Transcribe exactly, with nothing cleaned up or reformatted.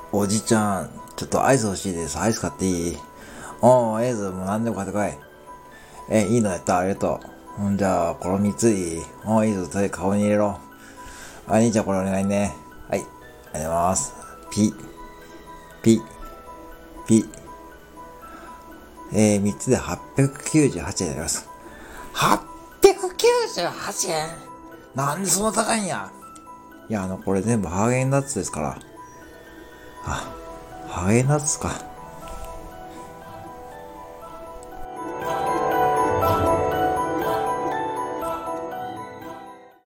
おじちゃん、ちょっとアイス欲しいです。アイス買っていい？おー、エイズ、もう何でも買ってこい。え、いいのやった、ありがとう。ほんじゃあ、このみっついい？おー、いいぞ、それ顔に入れろ。あ、兄ちゃんこれお願いね。はい、ありがとうございます。ピ、ピ、ピ。えー、みっつではっぴゃくきゅうじゅうはちえんになります。はっぴゃくきゅうじゅうはちえん？なんでそんな高いんや？いや、あの、これ全部ハーゲンダッツですから。あ、ハーゲンダッツか。